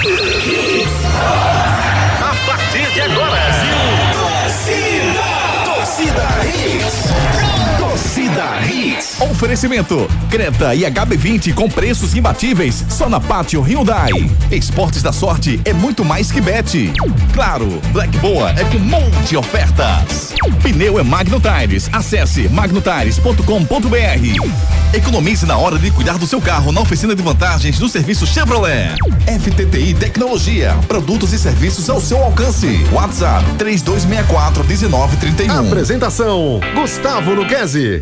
A partir de agora, Torcida Hits. Torcida Hits. Oferecimento: Creta e HB20 com preços imbatíveis só na Pátio Hyundai. Esportes da Sorte é muito mais que bet. Claro, Black Boa é com um monte de ofertas. Pneu é Magno Tires. Acesse magnotires.com.br. Economize na hora de cuidar do seu carro na oficina de vantagens do serviço Chevrolet. FTTI Tecnologia, produtos e serviços ao seu alcance. WhatsApp 3264-1931. Apresentação: Gustavo Luquezzi.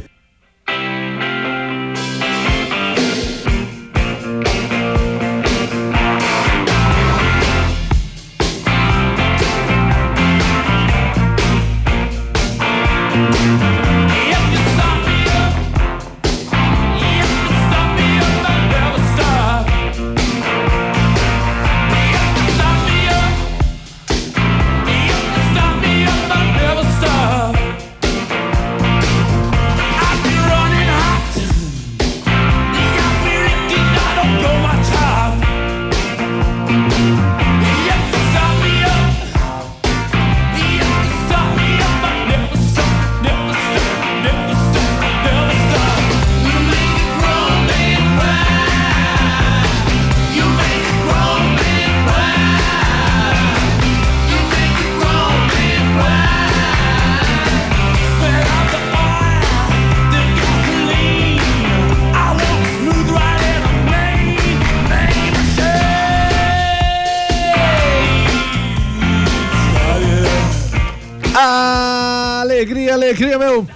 Alegria, meu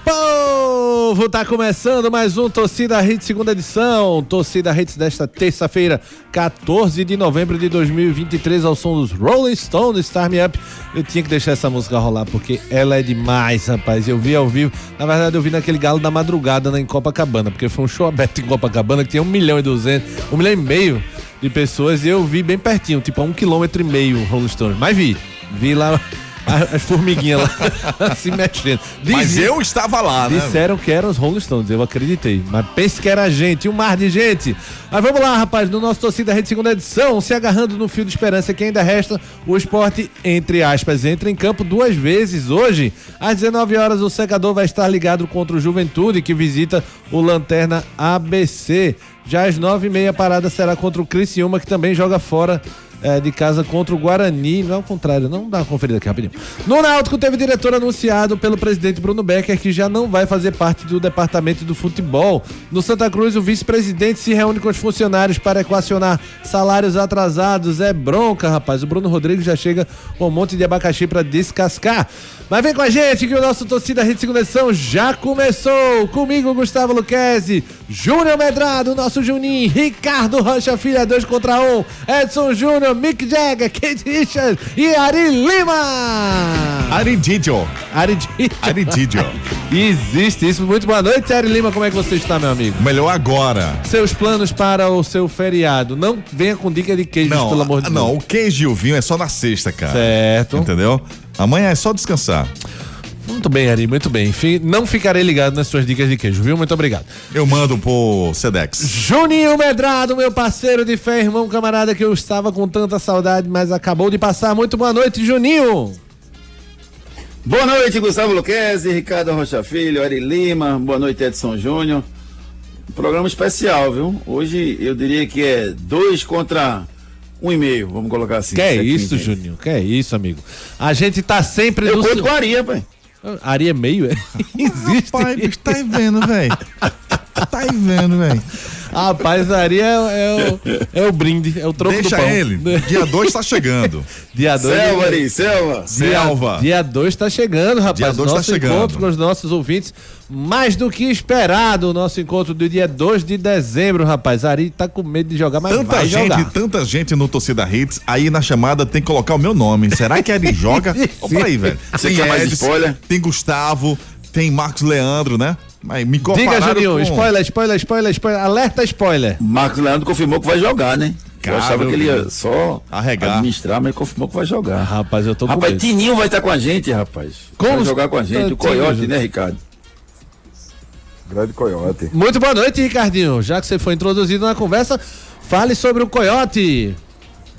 povo! Tá começando mais um Torcida Hits, segunda edição. Torcida Hits desta terça-feira, 14 de novembro de 2023, ao som dos Rolling Stones, Start Me Up. Eu tinha que deixar essa música rolar, porque ela é demais, rapaz. Eu vi ao vivo, na verdade eu vi naquele Galo da Madrugada em Copacabana, porque foi um show aberto em Copacabana que tinha 1,2 milhão de pessoas, e eu vi bem pertinho, tipo a 1,5 km Rolling Stones. Mas vi lá as formiguinhas lá se mexendo. Mas eu estava lá, né? Disseram que eram os Rolling Stones, eu acreditei. Mas pense que era gente, um mar de gente. Mas vamos lá, rapaz, no nosso Torcida Rede segunda edição, se agarrando no fio de esperança que ainda resta, o Sport, entre aspas, entra em campo 2 vezes hoje. Às 19 horas o secador vai estar ligado contra o Juventude, que visita o Lanterna ABC. Já às 9h30 a parada será contra o Criciúma, que também joga fora de casa contra o Guarani. Não é o contrário, não dá uma conferida aqui rapidinho. No Náutico teve diretor anunciado pelo presidente Bruno Becker, que já não vai fazer parte do departamento do futebol. No Santa Cruz, o vice-presidente se reúne com os funcionários para equacionar salários atrasados. É bronca, rapaz. O Bruno Rodrigues já chega com um monte de abacaxi para descascar. Mas vem com a gente que o nosso Torcida Rede segunda edição já começou. Comigo, Gustavo Luquezzi, Júnior Medrado, nosso Juninho, Ricardo Rocha Filho, 2 contra 1, Edson Júnior, Mick Jagger, Kate Richards e Ari Lima. Ari Didio. Existe isso. Muito boa noite, Ari Lima. Como é que você está, meu amigo? Melhor agora. Seus planos para o seu feriado. Não venha com dica de queijo, pelo amor de Deus. Não, o queijo e o vinho é só na sexta, cara. Certo. Entendeu? Amanhã é só descansar. Muito bem, Ari, muito bem. Não ficarei ligado nas suas dicas de queijo, viu? Muito obrigado. Eu mando pro Sedex. Juninho Medrado, meu parceiro de fé, irmão, camarada, que eu estava com tanta saudade, mas acabou de passar. Muito boa noite, Juninho. Boa noite, Gustavo Luquezzi, Ricardo Rocha Filho, Ari Lima. Boa noite, Edson Júnior. Programa especial, viu? Hoje eu diria que é 2 contra 1,5, vamos colocar assim. Que é isso, Juninho? Que é isso, amigo? A gente tá sempre... Eu conto com a Aria, pai. Ari é meio, é? Existe. Pai, bicho, tá aí vendo, velho. Tá aí vendo, velho. Rapaz, Ari é o brinde, é o troco do pão. Deixa ele. Dia 2 tá chegando. Dia 2. Selva, Ari, selva. Dia 2 tá chegando, rapaz. Dia 2 tá chegando. Encontro com os nossos ouvintes, mais do que esperado, o nosso encontro do dia 2 de dezembro, rapaz. Ari tá com medo de jogar, mas vai jogar. Tanta gente no Torcida Hits, aí na chamada tem que colocar o meu nome. Será que Ari joga? Olha aí, velho. Você quer mais spoiler? Tem Gustavo, tem Marcos Leandro, né? Mas me diga, Juninho, com... spoiler, alerta spoiler. Marcos Leandro confirmou que vai jogar, né? Cara, eu achava que ele ia só administrar, mas confirmou que vai jogar. Rapaz, eu tô com Rapaz, medo. Tininho vai estar com a gente, rapaz. Vai jogar com a gente, o Coiote, né, Ricardo? Grande Coiote. Muito boa noite, Ricardinho. Já que você foi introduzido na conversa, fale sobre o Coiote.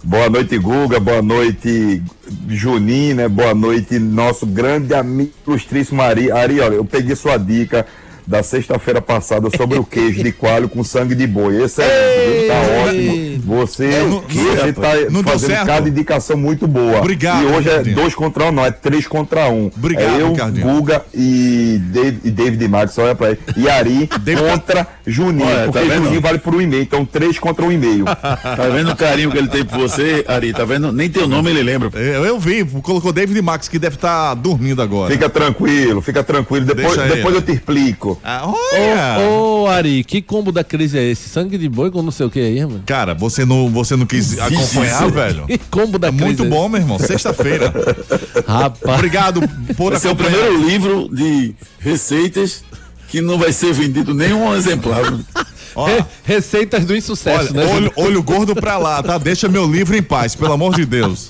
Boa noite, Guga, boa noite, Juninho, né? Boa noite, nosso grande amigo ilustríssimo Ari. Ari, olha, eu peguei sua dica da sexta-feira passada sobre o queijo de coalho com sangue de boi. Esse tá ótimo. Você tá fazendo cada indicação muito boa. Obrigado. E hoje é 2 contra 1, não, é 3 contra 1. Obrigado, eu, Ricardinho. Guga e David Max, olha pra ele. E Ari contra Juninho. Olha, porque tá vendo? Juninho vale por 1,5, então 3 contra 1,5. Tá vendo o carinho que ele tem por você, Ari? Tá vendo? Nem teu nome ele lembra. Eu vi, colocou David Max, que deve estar dormindo agora. Fica tranquilo. Depois eu te explico. Olha! Ô, Ari, que combo da crise é esse? Sangue de boi com não sei o que aí, mano? Cara, você não quis acompanhar, velho? Que combo da É crise muito bom, meu irmão. Sexta-feira. Rapaz. Obrigado por Esse é o acompanhar. primeiro livro de receitas que não vai ser vendido nenhum exemplar. Ó, Receitas do insucesso, olha, né? olho gordo pra lá, tá? Deixa meu livro em paz, pelo amor de Deus.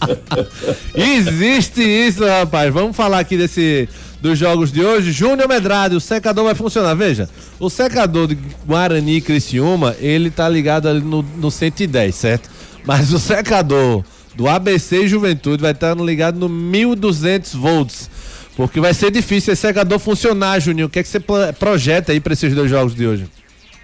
Existe isso, rapaz. Vamos falar aqui dos jogos de hoje. Júnior Medrado, o secador vai funcionar. Veja, o secador de Guarani e Criciúma, ele tá ligado ali no 110, certo? Mas o secador do ABC e Juventude vai estar ligado no 1200 volts. Porque vai ser difícil esse secador funcionar, Juninho. O que é que você projeta aí para esses 2 jogos de hoje?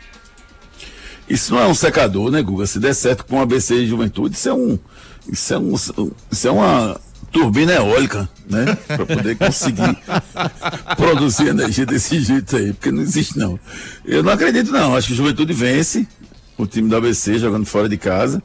Isso não é um secador, né, Guga? Se der certo com o ABC e Juventude, isso é uma turbina eólica, né? Para poder conseguir produzir energia desse jeito aí, porque não existe não. Eu não acredito não, acho que Juventude vence o time do ABC jogando fora de casa.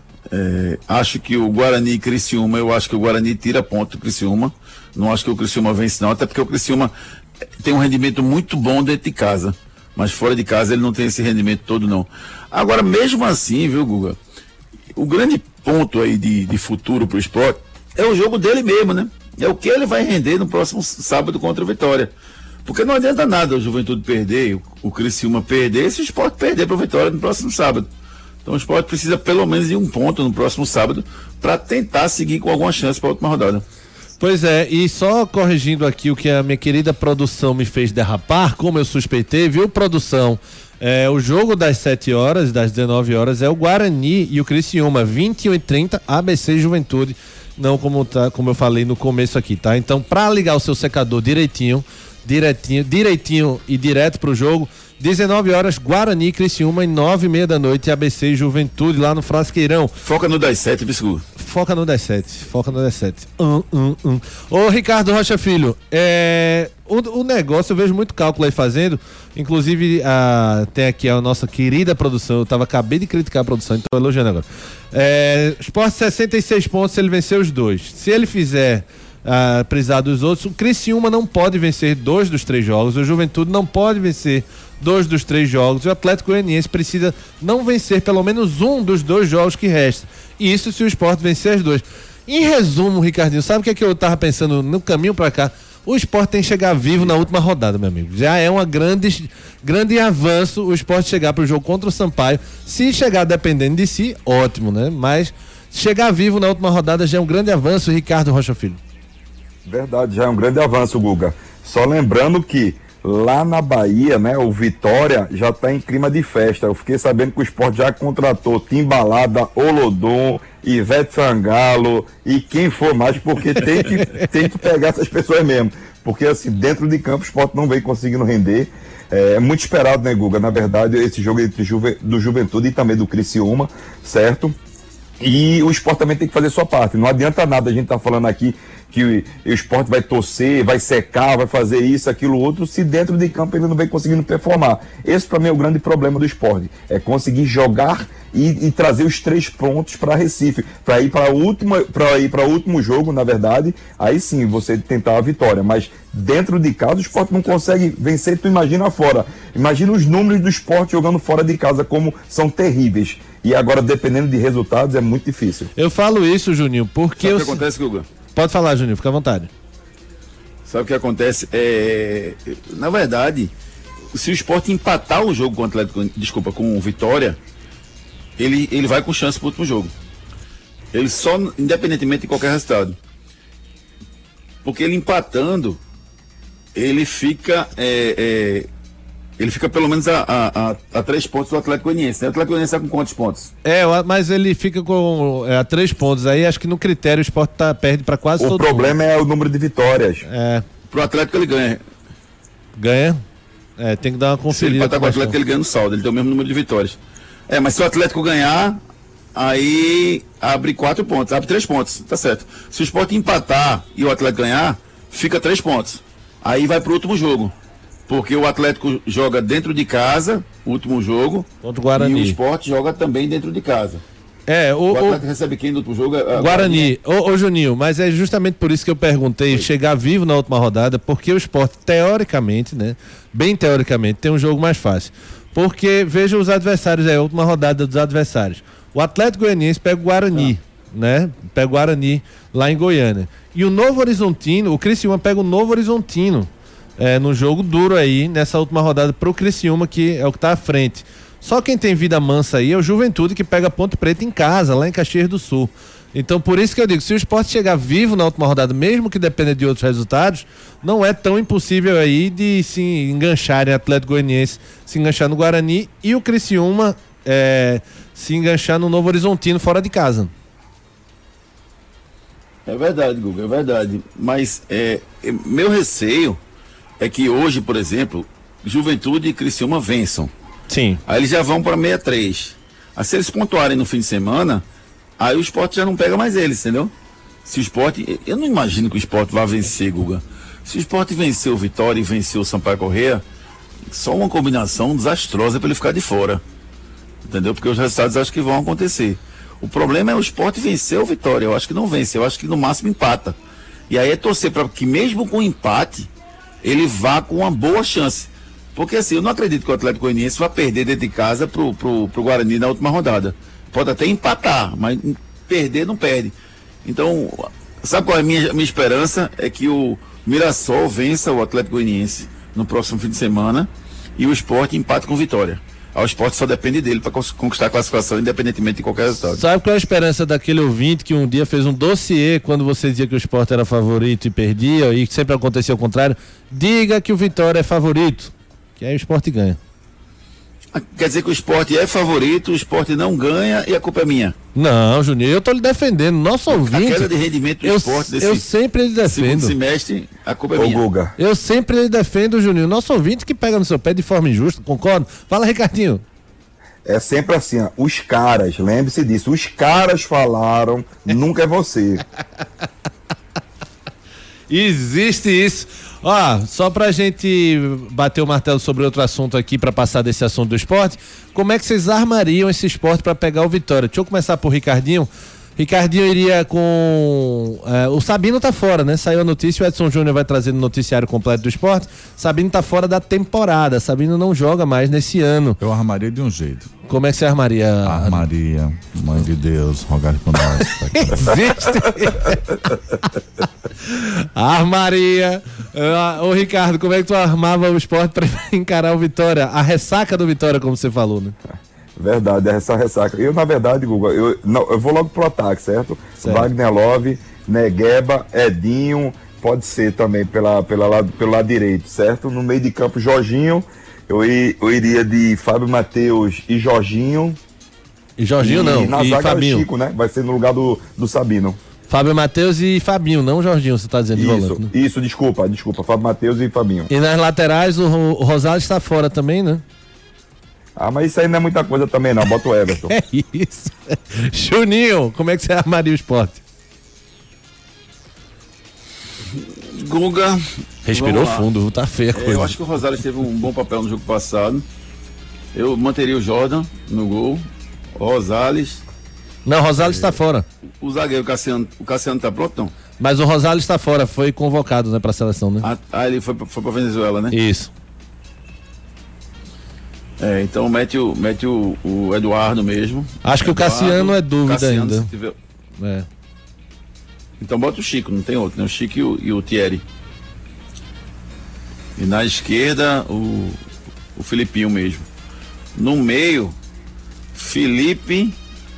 Acho que o Guarani e Criciúma, eu acho que o Guarani tira ponto do Criciúma. Não acho que o Criciúma vence não, até porque o Criciúma tem um rendimento muito bom dentro de casa. Mas fora de casa ele não tem esse rendimento todo não. Agora, mesmo assim, viu, Guga? O grande ponto aí de futuro pro Sport é o jogo dele mesmo, né? É o que ele vai render no próximo sábado contra o Vitória. Porque não adianta nada o Juventude perder, o Criciúma perder, se o Sport perder pro Vitória no próximo sábado. Então o Sport precisa pelo menos de 1 ponto no próximo sábado para tentar seguir com alguma chance para a última rodada. Pois é, e só corrigindo aqui o que a minha querida produção me fez derrapar, como eu suspeitei, viu, produção? O jogo das 7 horas, das 19 horas, é o Guarani e o Criciúma, 21h30, ABC e Juventude, não como eu falei no começo aqui, tá? Então, para ligar o seu secador direitinho e direto pro jogo, 19 horas, Guarani e Criciúma, e 9h30 da noite, ABC e Juventude, lá no Frasqueirão. Foca no das 7, Bisco. Foca no 17. Ô, Ricardo Rocha Filho, o negócio, eu vejo muito cálculo aí fazendo, inclusive tem aqui a nossa querida produção, acabei de criticar a produção, então elogiando agora. Sport 66 pontos se ele vencer os 2. Se ele fizer precisar dos outros, o Criciúma não pode vencer 2 dos 3 jogos, o Juventude não pode vencer 2 dos 3 jogos, e o Atlético Goianiense precisa não vencer pelo menos 1 dos 2 jogos que restam. E isso se o Sport vencer as 2. Em resumo, Ricardinho, sabe o que é que eu tava pensando no caminho pra cá? O Sport tem que chegar vivo na última rodada, meu amigo. Já é um grande avanço o Sport chegar pro jogo contra o Sampaio. Se chegar dependendo de si, ótimo, né? Mas chegar vivo na última rodada já é um grande avanço, Ricardo Rocha Filho. Verdade, já é um grande avanço, Guga. Só lembrando que lá na Bahia, né, o Vitória já está em clima de festa. Eu fiquei sabendo que o Sport já contratou Timbalada, Olodum, Ivete Sangalo e quem for mais, porque tem que pegar essas pessoas mesmo. Porque assim, dentro de campo o Sport não vem conseguindo render. É muito esperado, né, Guga? Na verdade, esse jogo entre do Juventude e também do Criciúma, certo? E o Sport também tem que fazer sua parte. Não adianta nada a gente tá falando aqui que o Sport vai torcer, vai secar, vai fazer isso, aquilo, outro, se dentro de campo ele não vem conseguindo performar. Esse para mim é o grande problema do Sport. É conseguir jogar e trazer os 3 pontos para Recife, para ir para o último jogo, na verdade, aí sim você tentar a vitória. Mas dentro de casa o Sport não consegue vencer, tu imagina fora. Imagina os números do Sport jogando fora de casa, como são terríveis. E agora, dependendo de resultados, é muito difícil. Eu falo isso, Juninho, porque... Sabe o que acontece, Guga? Pode falar, Juninho, fica à vontade. Sabe o que acontece? Na verdade, se o Sport empatar o jogo com o Vitória, ele vai com chance pro último jogo. Ele só, independentemente de qualquer resultado. Porque ele empatando, ele fica Ele fica pelo menos a 3 pontos do Atlético Goianiense, né? O Atlético Goianiense está com quantos pontos? Mas ele fica com 3 pontos. Aí acho que no critério o Sport perde para quase todo mundo. O problema é o número de vitórias. Pro Atlético ele ganha. Ganha? Tem que dar uma conferida. Se ele empatar com o Atlético, ele ganha no saldo, ele tem o mesmo número de vitórias. Mas se o Atlético ganhar, aí abre 4 pontos, abre 3 pontos, tá certo. Se o Sport empatar e o Atlético ganhar, fica 3 pontos. Aí vai pro último jogo. Porque o Atlético joga dentro de casa, o último jogo. Contra o Guarani. E o Sport joga também dentro de casa. O Atlético recebe quem no último jogo? Guarani. Ô Juninho, mas é justamente por isso que eu perguntei, chegar vivo na última rodada, porque o Sport, teoricamente, né? Bem teoricamente, tem um jogo mais fácil. Porque, veja os adversários aí, a última rodada dos adversários. O Atlético Goianiense pega o Guarani, né? Pega o Guarani lá em Goiânia. E o Novo Horizontino, o Criciúma pega o Novo Horizontino. No jogo duro aí, nessa última rodada pro Criciúma, que é o que tá à frente. Só quem tem vida mansa aí é o Juventude, que pega Ponte Preta em casa, lá em Caxias do Sul. Então, por isso que eu digo, se o Sport chegar vivo na última rodada, mesmo que dependa de outros resultados, não é tão impossível aí de se enganchar em Atlético Goianiense, se enganchar no Guarani e o Criciúma se enganchar no Novo Horizontino fora de casa. É verdade, Guga, é verdade. Mas meu receio é que hoje, por exemplo, Juventude e Criciúma vençam. Sim. Aí eles já vão para 63. Aí se eles pontuarem no fim de semana, aí o Sport já não pega mais eles, entendeu? Se o Sport... Eu não imagino que o Sport vá vencer, Guga. Se o Sport vencer o Vitória e vencer o Sampaio Corrêa, só uma combinação desastrosa para ele ficar de fora. Entendeu? Porque os resultados acho que vão acontecer. O problema é o Sport vencer o Vitória. Eu acho que não vence, eu acho que no máximo empata. E aí é torcer para que mesmo com empate, ele vá com uma boa chance. Porque assim, eu não acredito que o Atlético Goianiense vá perder dentro de casa pro Guarani na última rodada. Pode até empatar, mas perder não perde. Então, sabe qual é a minha esperança? É que o Mirassol vença o Atlético Goianiense no próximo fim de semana e o Sport empate com Vitória. O Sport só depende dele para conquistar a classificação, independentemente de qualquer resultado. Sabe qual é a esperança daquele ouvinte que um dia fez um dossiê quando você dizia que o Sport era favorito e perdia, e sempre acontecia o contrário? Diga que o Vitória é favorito, que aí o Sport ganha. Quer dizer que o Sport é favorito, o Sport não ganha e a culpa é minha? Não, Juninho, eu tô lhe defendendo. Nosso ouvinte... A queda de rendimento do Sport eu sempre lhe defendo. Segundo semestre, a culpa é minha. Guga. Eu sempre lhe defendo, Juninho. Nosso ouvinte que pega no seu pé de forma injusta, concordo? Fala, Ricardinho. É sempre assim, ó, os caras, lembre-se disso, os caras falaram, nunca é você. Existe isso. Ó, só pra gente bater o martelo sobre outro assunto aqui, pra passar desse assunto do esporte, como é que vocês armariam esse esporte pra pegar o Vitória? Deixa eu começar por Ricardinho. Ricardinho iria com... o Sabino tá fora, né? Saiu a notícia, o Edson Júnior vai trazer no noticiário completo do esporte. Sabino tá fora da temporada, Sabino não joga mais nesse ano. Eu armaria de um jeito. Como é que você armaria? Armaria, mãe de Deus, rogar por nós. Existe? Armaria. Ô Ricardo, como é que tu armava o esporte pra encarar o Vitória? A ressaca do Vitória, como você falou, né? Verdade, essa ressaca. Eu, na verdade, Guga, eu vou logo pro ataque, certo? Wagner Love, Negueba, Edinho, pode ser também pelo lado direito, certo? No meio de campo, Jorginho, eu iria de Fábio Matheus e Jorginho. E Jorginho não, na e zaga Fabinho. Chico, né? Vai ser no lugar do Sabino. Fábio Matheus e Fabinho, não Jorginho, você tá dizendo de volante, né? Isso, desculpa, Fábio Matheus e Fabinho. E nas laterais, o Rosales está fora também, né? Ah, mas isso aí não é muita coisa também não, bota o Everton. É isso. Juninho, como é que você armaria o esporte? Guga... Respirou fundo, tá feia a coisa. Eu acho que o Rosales teve um bom papel no jogo passado. Eu manteria o Jordan no gol, o Rosales... Não, o Rosales está fora. O zagueiro, o Cassiano tá pronto, não? Mas o Rosales está fora, foi convocado, né, pra seleção, né? Ele foi pra Venezuela, né? Isso. Então mete o Eduardo mesmo. Acho que o Cassiano é dúvida ainda. Tiver... Então bota o Chico, não tem outro, né? O Chico e o Thierry. E na esquerda, o Filipinho mesmo. No meio, Felipe,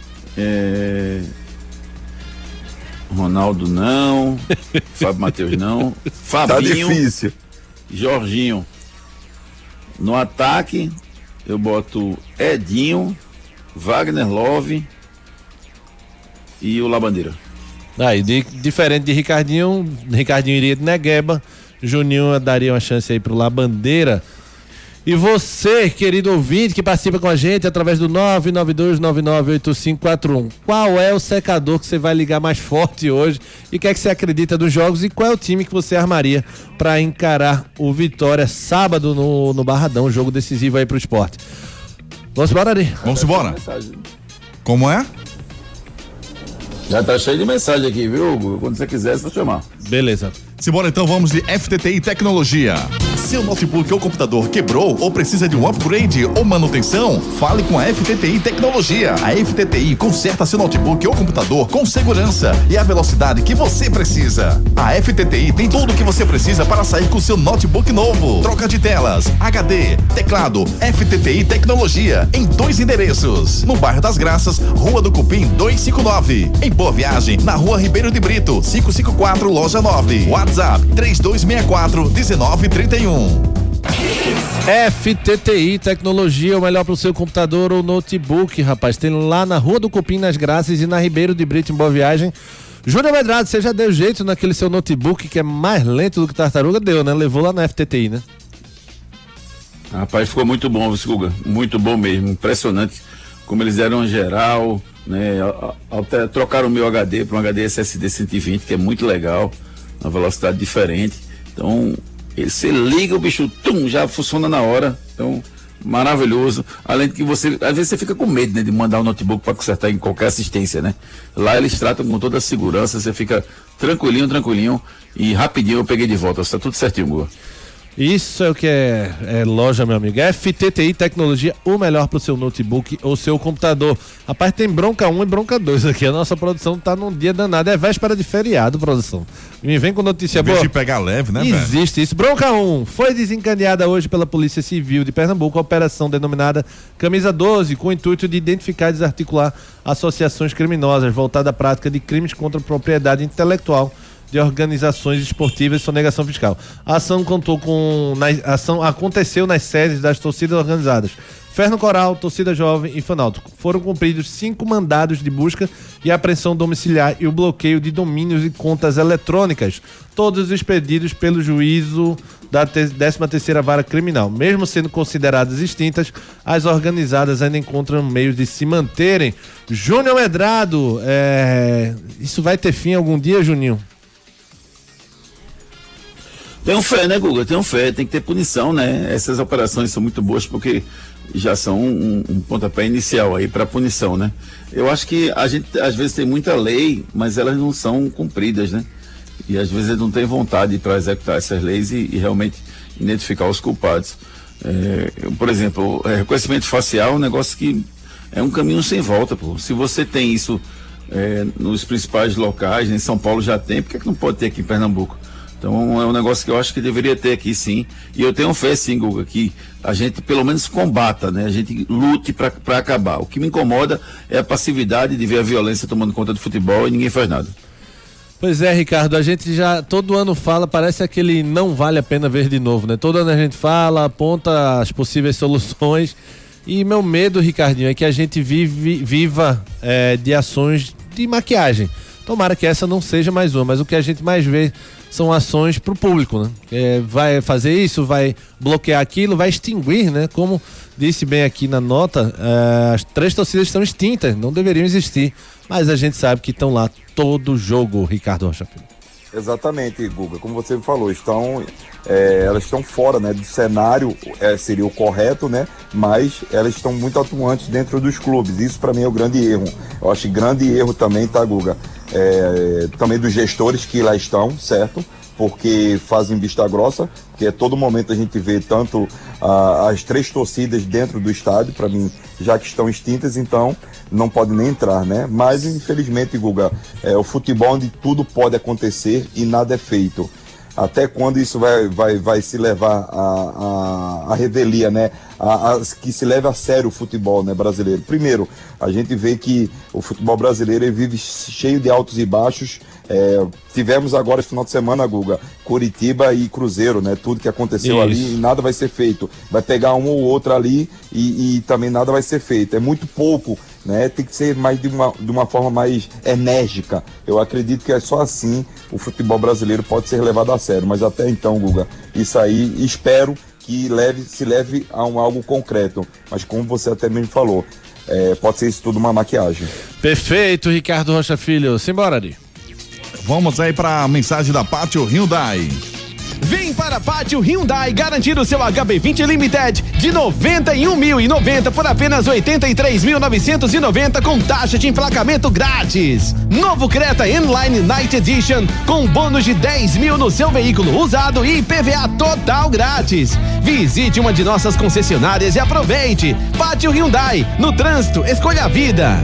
Ronaldo não, Fábio Matheus não, Fabinho, tá difícil. Jorginho. No ataque, eu boto Edinho, Wagner Love e o Labandeira. Aí, diferente de Ricardinho iria de Negueba, Juninho daria uma chance aí pro Labandeira. E você, querido ouvinte, que participa com a gente através do 992998541, qual é o secador que você vai ligar mais forte hoje e o que é que você acredita dos jogos e qual é o time que você armaria para encarar o Vitória sábado no Barradão, jogo decisivo aí pro esporte? Vamos embora, Ari? Vamos embora. Como é? Já tá cheio de mensagem aqui, viu, Hugo? Quando você quiser, é só chamar. Beleza. Simbora então, vamos de FTTI Tecnologia. Seu notebook ou computador quebrou ou precisa de um upgrade ou manutenção? Fale com a FTTI Tecnologia. A FTTI conserta seu notebook ou computador com segurança e a velocidade que você precisa. A FTTI tem tudo o que você precisa para sair com seu notebook novo. Troca de telas, HD, teclado, FTTI Tecnologia em 2 endereços. No bairro das Graças, Rua do Cupim 259. Em Boa Viagem, na Rua Ribeiro de Brito, 554, Loja 9. WhatsApp 3264-1931. FTTI Tecnologia, o melhor para o seu computador ou notebook, rapaz. Tem lá na Rua do Cupim, nas Graças, e na Ribeiro de Brito, em Boa Viagem. Júnior Medrado, você já deu jeito naquele seu notebook que é mais lento do que tartaruga? Deu, né? Levou lá na FTTI, né? Rapaz, ficou muito bom, Guga. Muito bom mesmo. Impressionante como eles deram geral, né? Até trocaram o meu HD para um HD SSD 120, que é muito legal. Uma velocidade diferente. Então, você liga o bicho, já funciona na hora. Então, maravilhoso. Além de que às vezes você fica com medo, né, de mandar o notebook para consertar em qualquer assistência, né? Lá eles tratam com toda a segurança, você fica tranquilinho e rapidinho eu peguei de volta. Está tudo certinho, Gua. Isso é o que é loja, meu amigo. FTTI Tecnologia, o melhor pro seu notebook ou seu computador. Rapaz, tem bronca 1 e bronca 2 aqui. A nossa produção tá num dia danado. É véspera de feriado, produção. Me vem com notícia boa. Em vez de pegar leve, né, velho? Existe isso. Bronca 1. Foi desencadeada hoje pela Polícia Civil de Pernambuco a operação denominada Camisa 12, com o intuito de identificar e desarticular associações criminosas voltadas à prática de crimes contra a propriedade intelectual de organizações esportivas e sonegação fiscal. A ação aconteceu nas sedes das torcidas organizadas Ferno Coral, Torcida Jovem e Fanáutico. Foram cumpridos 5 mandados de busca e apreensão domiciliar e o bloqueio de domínios e contas eletrônicas, todos expedidos pelo juízo da 13ª Vara Criminal. Mesmo sendo consideradas extintas, as organizadas ainda encontram meios de se manterem. Júnior Medrado, isso vai ter fim algum dia, Juninho? Tenho fé, né, Guga? Tenho fé, tem que ter punição, né? Essas operações são muito boas porque já são um pontapé inicial aí para punição, né? Eu acho que a gente às vezes tem muita lei, mas elas não são cumpridas, né? E às vezes não tem vontade para executar essas leis e realmente identificar os culpados. Por exemplo, reconhecimento facial é um negócio que é um caminho sem volta, pô. Se você tem isso nos principais locais, em São Paulo já tem, por que não pode ter aqui em Pernambuco? Então é um negócio que eu acho que deveria ter aqui, sim. E eu tenho fé, sim, Guga, que a gente pelo menos combata, né? A gente lute para acabar. O que me incomoda é a passividade de ver a violência tomando conta do futebol e ninguém faz nada. Pois é, Ricardo, a gente já todo ano fala, parece aquele não vale a pena ver de novo, né? Todo ano a gente fala, aponta as possíveis soluções e meu medo, Ricardinho, é que a gente viva de ações de maquiagem. Tomara que essa não seja mais uma, mas o que a gente mais vê são ações para o público, né? Vai fazer isso, vai bloquear aquilo, vai extinguir, né? Como disse bem aqui na nota, as 3 torcidas estão extintas, não deveriam existir, mas a gente sabe que estão lá todo jogo, Ricardo Rocha Filho. Exatamente, Guga, como você falou, elas estão fora, né, do cenário, seria o correto, né, mas elas estão muito atuantes dentro dos clubes, isso para mim é o grande erro. Eu acho grande erro também, tá, Guga, também dos gestores que lá estão, certo? Porque fazem vista grossa, porque a todo momento a gente vê tanto as 3 torcidas dentro do estádio, para mim, já que estão extintas, então não pode nem entrar, né? Mas infelizmente, Guga, o futebol onde tudo pode acontecer e nada é feito. até quando isso vai se levar a revelia, né? Que se leve a sério o futebol, né, brasileiro. Primeiro, a gente vê que o futebol brasileiro ele vive cheio de altos e baixos. Tivemos agora esse final de semana, Guga, Coritiba e Cruzeiro, né? Tudo que aconteceu ali e nada vai ser feito. Vai pegar um ou outro ali e também nada vai ser feito. É muito pouco, né? Tem que ser mais de uma forma mais enérgica. Eu acredito que é só assim o futebol brasileiro pode ser levado a sério. Mas até então, Guga, isso aí espero que se leve a algo concreto. Mas como você até mesmo falou, pode ser isso tudo uma maquiagem. Perfeito, Ricardo Rocha Filho. Simbora, Ari. Vamos aí para a mensagem da Pátio Hyundai. Vem para a Pátio Hyundai garantir o seu HB20 Limited de 91.090 por apenas 83.990 com taxa de emplacamento grátis. Novo Creta N-Line Night Edition com bônus de 10 mil no seu veículo usado e IPVA total grátis. Visite uma de nossas concessionárias e aproveite. Pátio Hyundai, no trânsito, escolha a vida.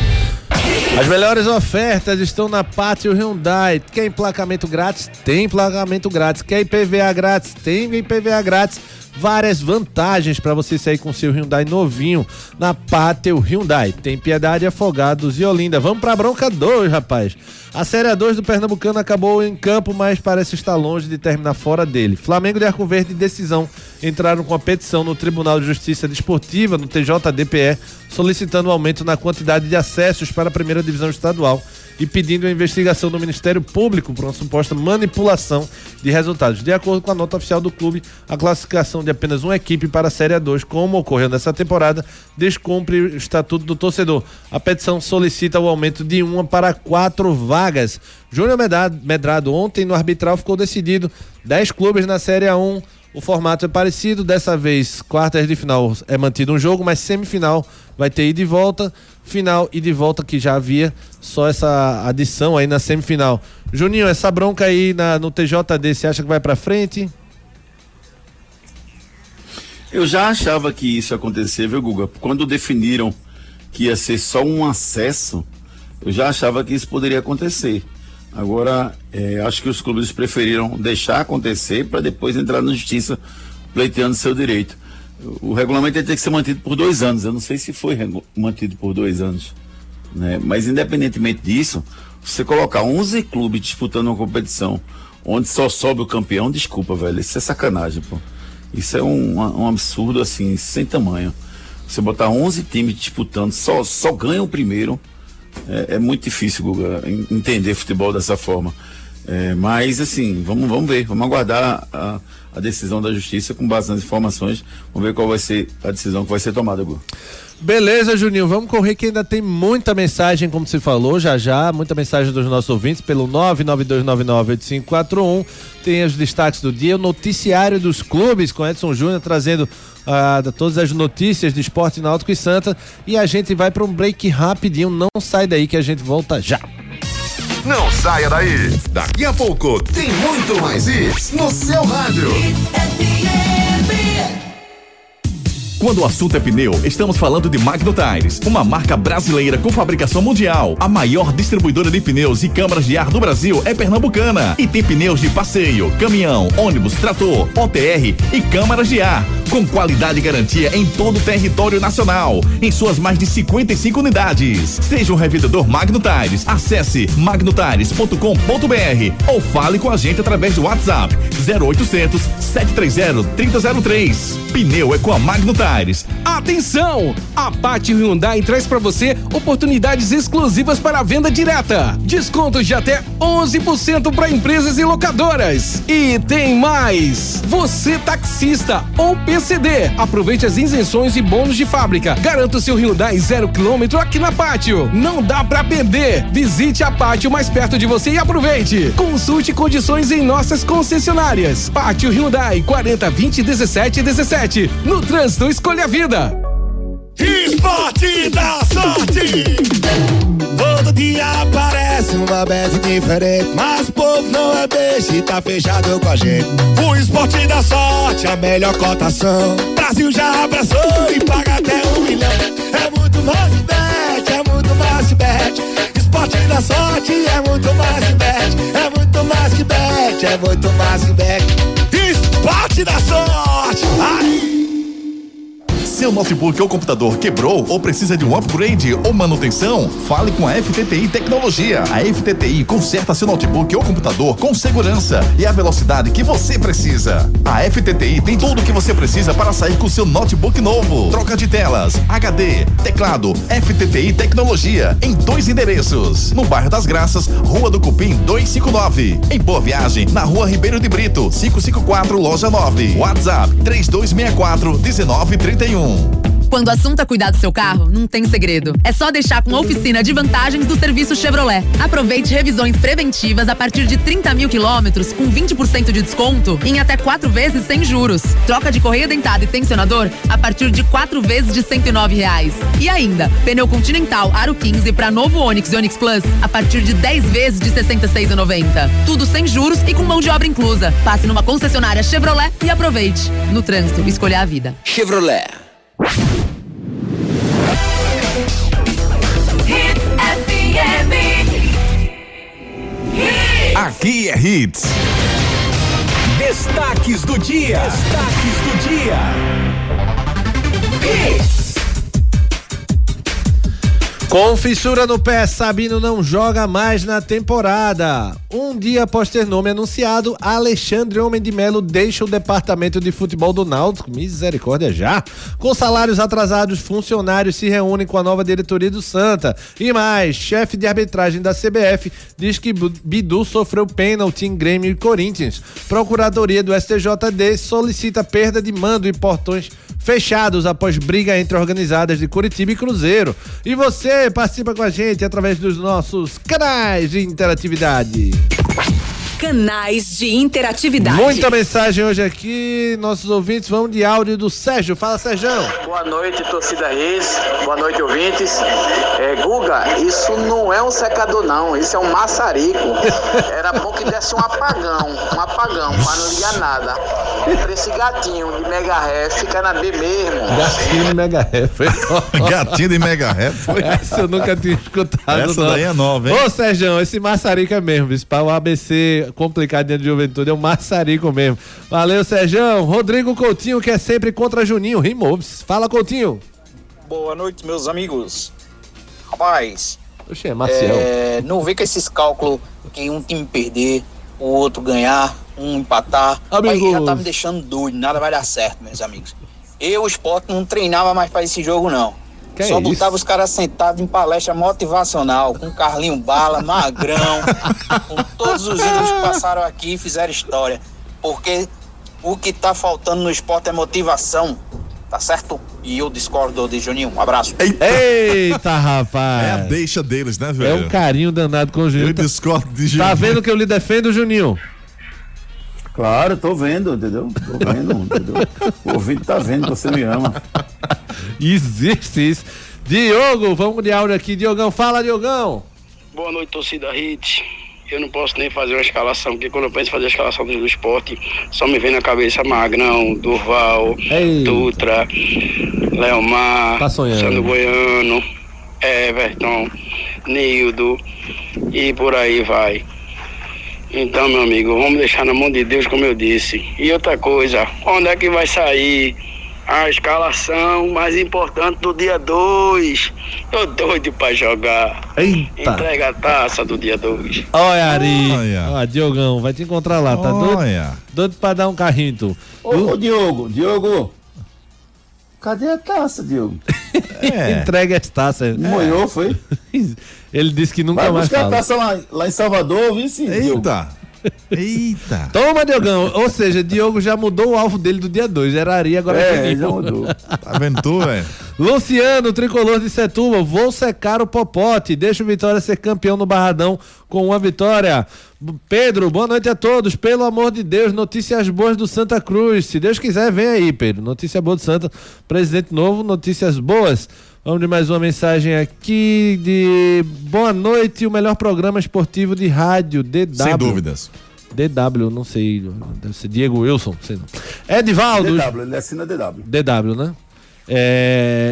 As melhores ofertas estão na Pátio Hyundai. Quer emplacamento grátis? Tem emplacamento grátis. Quer IPVA grátis? Tem IPVA grátis. Várias vantagens para você sair com seu Hyundai novinho na Pátio Hyundai. Tem Piedade, Afogados e Olinda. Vamos pra bronca 2, rapaz. A Série A2 do Pernambucano acabou em campo, mas parece estar longe de terminar fora dele. Flamengo de Arco Verde e Decisão entraram com a petição no Tribunal de Justiça Desportiva, no TJDPE, solicitando um aumento na quantidade de acessos para a primeira divisão estadual e pedindo a investigação do Ministério Público por uma suposta manipulação de resultados. De acordo com a nota oficial do clube, a classificação de apenas uma equipe para a Série A2, como ocorreu nessa temporada, descumpre o estatuto do torcedor. A petição solicita o aumento de 1 para 4 vagas. Júnior Medrado, ontem no arbitral ficou decidido 10 clubes na Série A1. O formato é parecido, dessa vez quartas de final é mantido um jogo, mas semifinal vai ter ida e volta, final e de volta que já havia, só essa adição aí na semifinal. Juninho, essa bronca aí no TJD, você acha que vai pra frente? Eu já achava que isso ia acontecer, viu, Guga? Quando definiram que ia ser só um acesso, eu já achava que isso poderia acontecer. Agora, acho que os clubes preferiram deixar acontecer para depois entrar na justiça pleiteando seu direito. O regulamento tem que ser mantido por 2 anos. Eu não sei se foi mantido por 2 anos, né? Mas independentemente disso, você colocar 11 clubes disputando uma competição onde só sobe o campeão, desculpa, velho, isso é sacanagem, pô. Isso é um absurdo, assim, sem tamanho. Você botar 11 times disputando, só ganha o primeiro. É muito difícil, Guga, entender futebol dessa forma. Mas, assim, vamos ver, vamos aguardar a decisão da justiça com base nas informações. Vamos ver qual vai ser a decisão que vai ser tomada, Guga. Beleza, Juninho, vamos correr que ainda tem muita mensagem, como você falou, já, muita mensagem dos nossos ouvintes pelo 992998541. Tem os destaques do dia, o noticiário dos clubes com Edson Júnior trazendo todas as notícias de Esporte Náutico e Santa, e a gente vai para um break rapidinho, não sai daí que a gente volta já. Não saia daí, daqui a pouco tem muito mais isso no seu rádio. Quando o assunto é pneu, estamos falando de Magno Tires, uma marca brasileira com fabricação mundial. A maior distribuidora de pneus e câmaras de ar do Brasil é pernambucana e tem pneus de passeio, caminhão, ônibus, trator, OTR e câmaras de ar, com qualidade e garantia em todo o território nacional, em suas mais de 55 unidades. Seja um revendedor Magno Tires, acesse magnotires.com.br ou fale com a gente através do WhatsApp 0800 730 3003. Pneu é com a Magno Tires. Atenção! A Pátio Hyundai traz para você oportunidades exclusivas para a venda direta. Descontos de até 11% para empresas e locadoras. E tem mais! Você taxista ou PCD, aproveite as isenções e bônus de fábrica. Garanta o seu Hyundai 0 km aqui na Pátio. Não dá para perder. Visite a Pátio mais perto de você e aproveite. Consulte condições em nossas concessionárias. Pátio Hyundai 4020 17 17. No trânsito, escolha a vida. Esporte da Sorte. Todo dia aparece uma bet diferente, mas o povo não é beijo e tá fechado com a gente. O Esporte da Sorte, a melhor cotação. Brasil já abraçou e paga até 1 milhão. É muito mais que bet, é muito mais que bet. Esporte da Sorte é muito mais que bet, é muito mais que bet, sorte é muito mais que bet. Esporte da sorte. Ai. Seu notebook ou computador quebrou ou precisa de um upgrade ou manutenção? Fale com a FTTI Tecnologia. A FTTI conserta seu notebook ou computador com segurança e a velocidade que você precisa. A FTTI tem tudo o que você precisa para sair com seu notebook novo. Troca de telas, HD, teclado, FTTI Tecnologia em 2 endereços. No bairro das Graças, Rua do Cupim 259. Em Boa Viagem, na Rua Ribeiro de Brito, 554, Loja 9. WhatsApp 3264-1931. Quando o assunto é cuidar do seu carro, não tem segredo. É só deixar com a oficina de vantagens do serviço Chevrolet. Aproveite revisões preventivas a partir de 30 mil quilômetros com 20% de desconto em até 4 vezes sem juros. Troca de correia dentada e tensionador a partir de 4 vezes de R$109. E ainda, pneu Continental Aro 15 para novo Onix e Onix Plus a partir de 10 vezes de R$66,90. Tudo sem juros e com mão de obra inclusa. Passe numa concessionária Chevrolet e aproveite. No trânsito, escolha a vida. Chevrolet. Aqui é Hits. Destaques do dia. Hits. Com fissura no pé, Sabino não joga mais na temporada. Um dia após ter nome anunciado, Alexandre Homem de Melo deixa o departamento de futebol do Náutico. Misericórdia já. Com salários atrasados, funcionários se reúnem com a nova diretoria do Santa. E mais, chefe de arbitragem da CBF diz que Bidu sofreu pênalti em Grêmio e Corinthians. Procuradoria do STJD solicita perda de mando e portões fechados após briga entre organizadas de Curitiba e Cruzeiro. E você participa com a gente através dos nossos canais de interatividade. Canais de interatividade. Muita mensagem hoje aqui, nossos ouvintes. Vamos de áudio do Sérgio. Fala, Sérgião. Boa noite, torcida Reis. Boa noite, ouvintes. Guga, isso não é um secador, não. Isso é um maçarico. Era bom que desse um apagão, pra não ligar nada. Pra esse gatinho de mega ré ficar na B mesmo. Gatinho de mega ré. Gatinho de mega ré. Essa eu nunca tinha escutado. Essa daí é nova, hein? Ô, Sérgio, esse maçarico é mesmo. Isso para o ABC complicado dentro de juventude, é um maçarico mesmo. Valeu, Sérgio. Rodrigo Coutinho, que é sempre contra Juninho. Rimou. Fala, Coutinho. Boa noite, meus amigos. Rapaz, oxe, é Maciel. Não vê que esses cálculos que um time perder, o outro ganhar, um empatar, aí já tá me deixando doido, nada vai dar certo, meus amigos. O Sport não treinava mais pra esse jogo, não. Só botava os caras sentados em palestra motivacional, com Carlinho Bala, Magrão, com todos os ídolos que passaram aqui e fizeram história. Porque o que tá faltando no Sport é motivação, tá certo? E eu discordo de Juninho. Um abraço. Eita, rapaz. É a deixa deles, né, velho? É um carinho danado com o Juninho. Eu discordo de Juninho. Tá vendo que eu lhe defendo, Juninho? Claro, tô vendo, entendeu? Tô vendo, entendeu? O ouvinte tá vendo que você me ama. Existe isso. Diogo, vamos de áudio aqui. Diogão, fala, Diogão. Boa noite, torcida Hits. Eu não posso nem fazer uma escalação, porque quando eu penso em fazer a escalação do esporte, só me vem na cabeça Magrão, Durval, Dutra, Leomar, tá Sandro Goiano, Everton, Nildo e por aí vai. Então, meu amigo, vamos deixar na mão de Deus, como eu disse. E outra coisa, onde é que vai sair a escalação mais importante do dia 2? Tô doido pra jogar. Eita. Entrega a taça do dia 2. Olha, Ari. Olha, Diogão, vai te encontrar lá, tá doido? Doido pra dar um carrinho, tu. Ô, Diogo. Cadê a taça, Diogo? Entrega as taças. Molhou, foi? Ele disse que nunca mais fala. Vai buscar a taça lá em Salvador, viu, sim, Eita. Eita. Toma, Diogão. Ou seja, Diogo já mudou o alvo dele do dia 2. Era Ari, agora é já mudou. Tá vendo tu, velho? Luciano, tricolor de Setúbal. Vou secar o Popote. Deixa o Vitória ser campeão no Barradão com uma vitória. Pedro, boa noite a todos. Pelo amor de Deus, notícias boas do Santa Cruz. Se Deus quiser, vem aí, Pedro. Notícia boa do Santa. Presidente novo, notícias boas. Vamos de mais uma mensagem aqui de boa noite, o melhor programa esportivo de rádio, DW. Sem dúvidas. DW, não sei, deve ser Diego Wilson, sei não. Edivaldo. DW, ele assina DW. DW, né?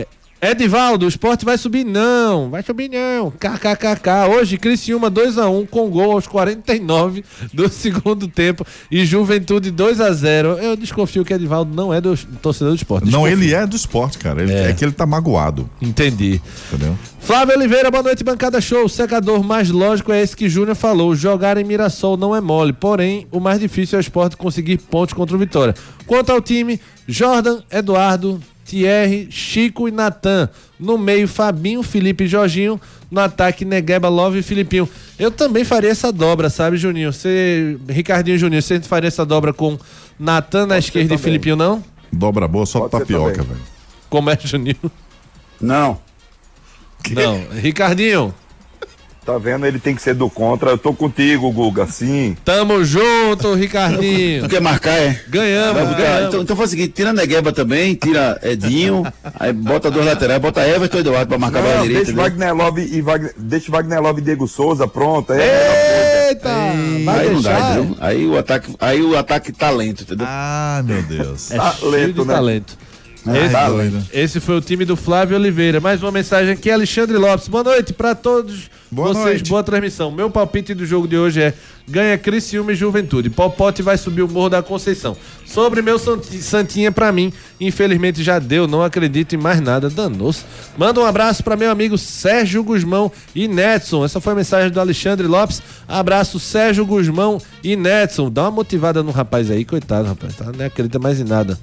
Edivaldo, o Sport vai subir não, kkkk, hoje Criciúma 2-1 com gol aos 49 do segundo tempo e Juventude 2-0, eu desconfio que Edivaldo não é do torcedor do Sport. Não, ele é do Sport, cara, é que ele tá magoado. Entendi. Entendeu? Flávio Oliveira, boa noite, bancada show. O secador mais lógico é esse que Júnior falou, jogar em Mirassol não é mole, porém o mais difícil é o Sport conseguir pontos contra o Vitória. Quanto ao time, Jordan, Eduardo, Thierry, Chico e Natan. No meio, Fabinho, Felipe e Jorginho. No ataque, Negueba, Love e Filipinho. Eu também faria essa dobra, sabe, Juninho? Ricardinho e Juninho, você faria essa dobra com Natan na esquerda e Filipinho, não? Dobra boa, só tapioca, velho. Como é, Juninho? Não. Não. Ricardinho. Tá vendo? Ele tem que ser do contra. Eu tô contigo, Guga, sim. Tamo junto, Ricardinho. Tu quer marcar, é? Ganhamos. Então faz o seguinte, tira Negueba também, tira Edinho, aí bota dois laterais, bota Everton e Eduardo pra marcar a bola direita. Deixa Wagner Love e Diego Souza, pronto. Eita! Aí não dá, entendeu? Aí o ataque talento, entendeu? Ah, meu Deus. Talento, né? Talento. Esse foi o time do Flávio Oliveira. Mais uma mensagem aqui, Alexandre Lopes. Boa noite pra todos vocês, boa transmissão. Meu palpite do jogo de hoje é: ganha Criciúma e Juventude. Popote vai subir o Morro da Conceição. Sobre meu Santinha, pra mim, infelizmente já deu, não acredito em mais nada, danou-se. Manda um abraço pra meu amigo Sérgio Guzmão e Netson. Essa foi a mensagem do Alexandre Lopes. Abraço, Sérgio Guzmão e Netson. Dá uma motivada no rapaz aí, coitado, rapaz, tá? Não acredita mais em nada.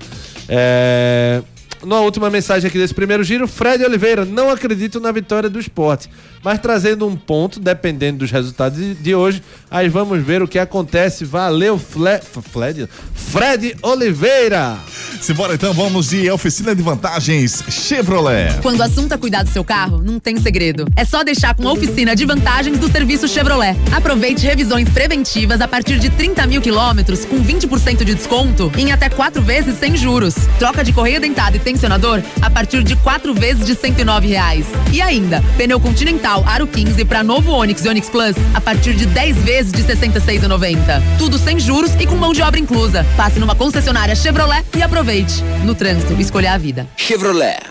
Na última mensagem aqui desse primeiro giro, Fred Oliveira: não acredito na vitória do Sport, mas trazendo um ponto, dependendo dos resultados de hoje, aí vamos ver o que acontece. Valeu, Fred Oliveira. Simbora então, vamos de oficina de vantagens Chevrolet. Quando o assunto é cuidar do seu carro, não tem segredo. É só deixar com a oficina de vantagens do serviço Chevrolet. Aproveite revisões preventivas a partir de 30 mil quilômetros com 20% de desconto em até 4 vezes sem juros. Troca de correia dentada e tensionador a partir de 4 vezes de R$109. E ainda, pneu Continental Aro 15 para novo Onix e Onix Plus a partir de 10 vezes de R$66,90. Tudo sem juros e com mão de obra inclusa. Passe numa concessionária Chevrolet e aproveite. No trânsito, escolha a vida. Chevrolet.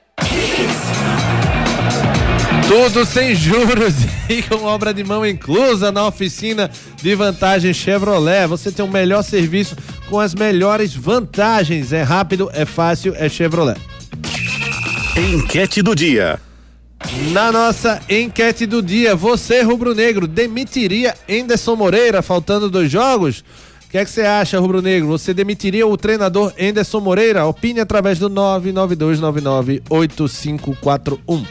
Tudo sem juros e com obra de mão inclusa na oficina de vantagens Chevrolet. Você tem o melhor serviço com as melhores vantagens. É rápido, é fácil, é Chevrolet. Enquete do dia. Na nossa enquete do dia, você, rubro-negro, demitiria Enderson Moreira faltando 2 jogos? O que é que você acha, rubro-negro? Você demitiria o treinador Enderson Moreira? Opine através do 992998541.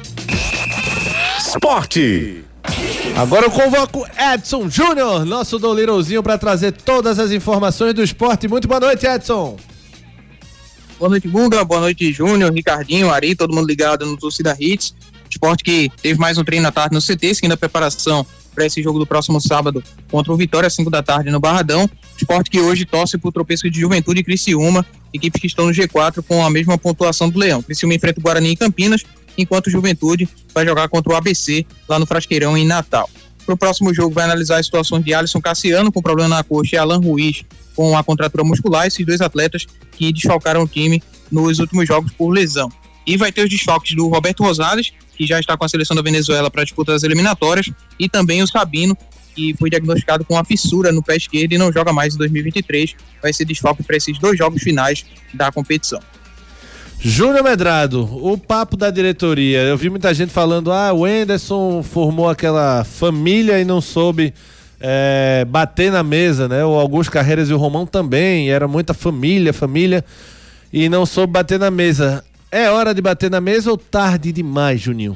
Esporte. Agora eu convoco Edson Júnior, nosso Dolirãozinho, para trazer todas as informações do esporte. Muito boa noite, Edson. Boa noite, Guga. Boa noite, Júnior, Ricardinho, Ari, todo mundo ligado no Torcida Hits. Esporte que teve mais um treino à tarde no CT, seguindo a preparação para esse jogo do próximo sábado contra o Vitória, às 5 da tarde no Barradão. Esporte que hoje torce por tropeço de Juventude e Criciúma, equipes que estão no G4 com a mesma pontuação do Leão. Criciúma enfrenta o Guarani em Campinas, enquanto o Juventude vai jogar contra o ABC lá no Frasqueirão em Natal. Para o próximo jogo vai analisar as situações de Alisson Cassiano com problema na coxa e Alan Ruiz com a contratura muscular, esses 2 atletas que desfalcaram o time nos últimos jogos por lesão. E vai ter os desfalques do Roberto Rosales, que já está com a seleção da Venezuela para a disputa das eliminatórias, e também o Sabino, que foi diagnosticado com uma fissura no pé esquerdo e não joga mais em 2023. Vai ser desfalque para esses 2 jogos finais da competição. Júnior Medrado, o papo da diretoria. Eu vi muita gente falando: o Enderson formou aquela família e não soube bater na mesa, né? O Augusto Carreiras e o Romão também, era muita família, e não soube bater na mesa. É hora de bater na mesa ou tarde demais, Juninho?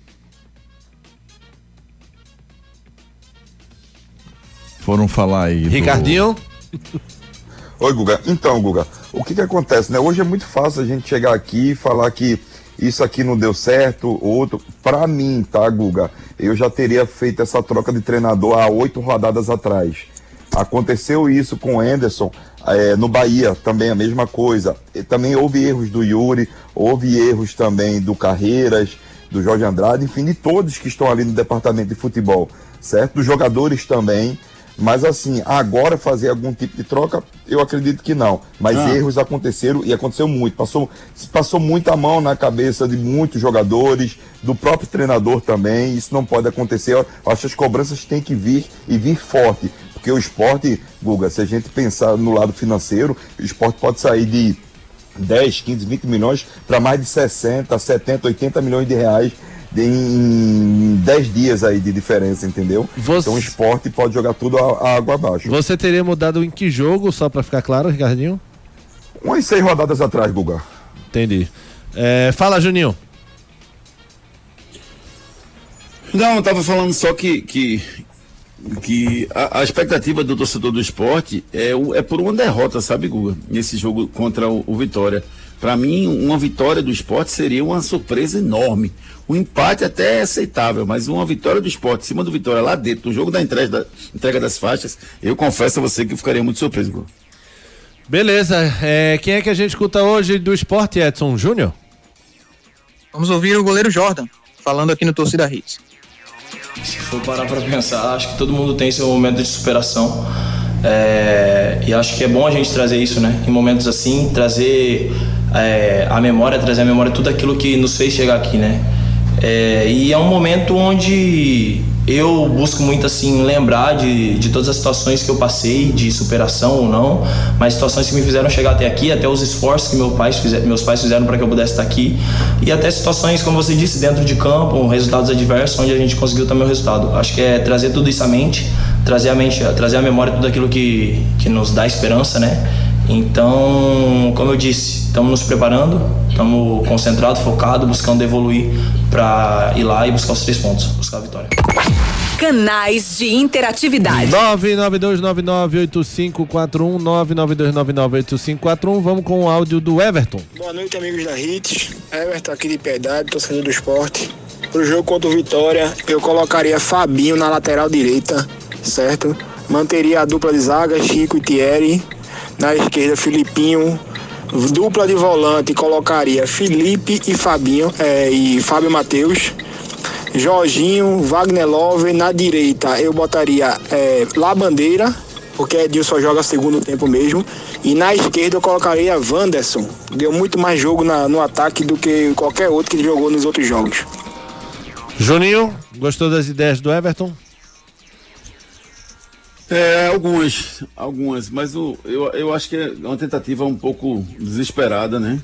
Foram falar aí. Ricardinho? Oi, Guga. Então, Guga, o que acontece, né? Hoje é muito fácil a gente chegar aqui e falar que isso aqui não deu certo, outro. Pra mim, tá, Guga? Eu já teria feito essa troca de treinador há 8 rodadas atrás. Aconteceu isso com o Enderson, no Bahia também a mesma coisa. E também houve erros do Yuri, houve erros também do Carreiras, do Jorge Andrade, enfim, de todos que estão ali no departamento de futebol, certo? Dos jogadores também. Mas assim, agora fazer algum tipo de troca, eu acredito que não. Mas erros aconteceram e aconteceu muito. Passou muita mão na cabeça de muitos jogadores, do próprio treinador também. Isso não pode acontecer. Eu acho que as cobranças têm que vir e vir forte. Porque o esporte, Guga, se a gente pensar no lado financeiro, o esporte pode sair de 10, 15, 20 milhões para mais de 60, 70, 80 milhões de reais em 10 dias aí de diferença, entendeu? Então o esporte pode jogar tudo a água abaixo. Você teria mudado em que jogo, só para ficar claro, Ricardinho? Umas 6 rodadas atrás, Guga. Entendi. Fala, Juninho. Não, eu tava falando só que a expectativa do torcedor do esporte é por uma derrota, sabe, Guga? Nesse jogo contra o Vitória. Para mim, uma vitória do esporte seria uma surpresa enorme. Um empate até é aceitável, mas uma vitória do esporte, em cima do Vitória, lá dentro, do jogo da entrega das faixas, eu confesso a você que eu ficaria muito surpreso, Guga. Beleza. Quem é que a gente escuta hoje do esporte, Edson Júnior? Vamos ouvir o goleiro Jordan, falando aqui no Torcida Hits. Se for parar para pensar, acho que todo mundo tem seu momento de superação. E acho que é bom a gente trazer isso, né? Em momentos assim, trazer a memória tudo aquilo que nos fez chegar aqui, né? E é um momento onde eu busco muito assim lembrar de todas as situações que eu passei, de superação ou não, mas situações que me fizeram chegar até aqui, até os esforços que meus pais fizeram para que eu pudesse estar aqui, e até situações, como você disse, dentro de campo, resultados adversos, onde a gente conseguiu também o resultado. Acho que é trazer tudo isso à mente, trazer à memória tudo aquilo que nos dá esperança, né? Então, como eu disse, estamos nos preparando, estamos concentrados, focados, buscando evoluir para ir lá e buscar os 3 pontos, buscar a vitória. Canais de interatividade. 992998541, 992998541. Vamos com o áudio do Everton. Boa noite, amigos da Hits. Everton aqui de Piedade, torcedor do esporte. Pro jogo contra o Vitória, eu colocaria Fabinho na lateral direita, certo? Manteria a dupla de zaga, Chico e Thierry. Na esquerda, Filipinho. Dupla de volante, colocaria Felipe e Fabinho, e Fábio Matheus. Jorginho, Wagner Love. Na direita eu botaria Labandeira, porque Edilson só joga segundo tempo mesmo. E na esquerda eu colocaria Wanderson. Deu muito mais jogo no ataque do que qualquer outro que ele jogou nos outros jogos. Juninho, gostou das ideias do Everton? Algumas, mas eu acho que é uma tentativa um pouco desesperada, né?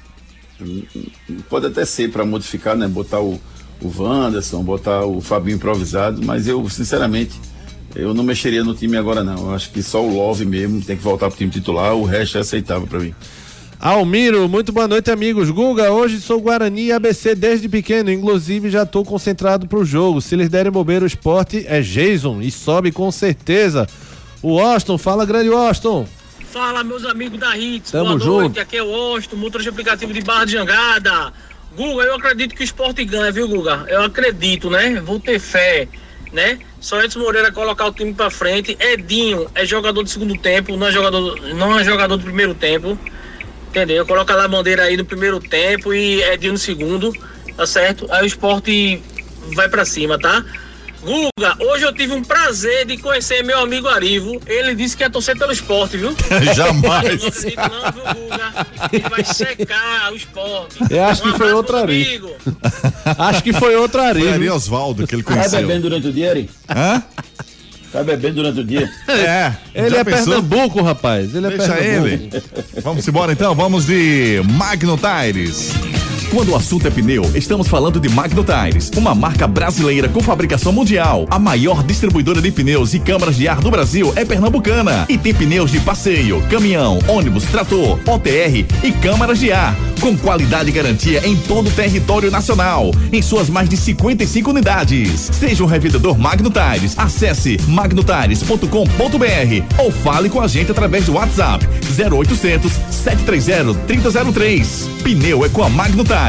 Pode até ser para modificar, né? Botar o Wanderson, botar o Fabinho improvisado, mas eu, sinceramente, eu não mexeria no time agora não. Eu acho que só o Love mesmo tem que voltar pro time titular, o resto é aceitável para mim. Almiro, muito boa noite, amigos. Guga, hoje sou Guarani e ABC desde pequeno, inclusive já tô concentrado pro jogo. Se eles derem bobeira, o esporte é Jason e sobe com certeza. O Austin, fala, grande Austin. Fala, meus amigos da Hits. Tamo boa noite, junto. aqui é o Austin, motorista aplicativo de Barra de Jangada. Guga, eu acredito que o esporte ganha, viu, Guga? Eu acredito, né? Vou ter fé, né? Só Edson Moreira colocar o time pra frente. Edinho é jogador de segundo tempo, não é jogador do primeiro tempo. Entendeu? Coloca lá a bandeira aí no primeiro tempo e Edinho no segundo, tá certo? Aí o esporte vai pra cima, tá? Guga, hoje eu tive um prazer de conhecer meu amigo Arivo. Ele disse que ia torcer pelo esporte, viu? Jamais. Não acredito não, viu, Guga? Ele vai secar o esporte. Eu acho que foi outro Arivo. Acho que foi outro Arivo. Foi Ari Osvaldo que ele conheceu. Vai bebendo durante o dia, Ari? Hã? Vai bebendo durante o dia? Ele é Pernambuco, rapaz. Ele é Deixa Pernambuco. ele. Vamos embora então, vamos de Magno Tires. Quando o assunto é pneu, estamos falando de Magno Tires, uma marca brasileira com fabricação mundial. A maior distribuidora de pneus e câmaras de ar do Brasil é pernambucana e tem pneus de passeio, caminhão, ônibus, trator, OTR e câmaras de ar, com qualidade e garantia em todo o território nacional, em suas mais de 55 unidades. Seja um revendedor Magno Tires, acesse magnotires.com.br ou fale com a gente através do WhatsApp 0800 730 3003. Pneu é com a Magno Tires.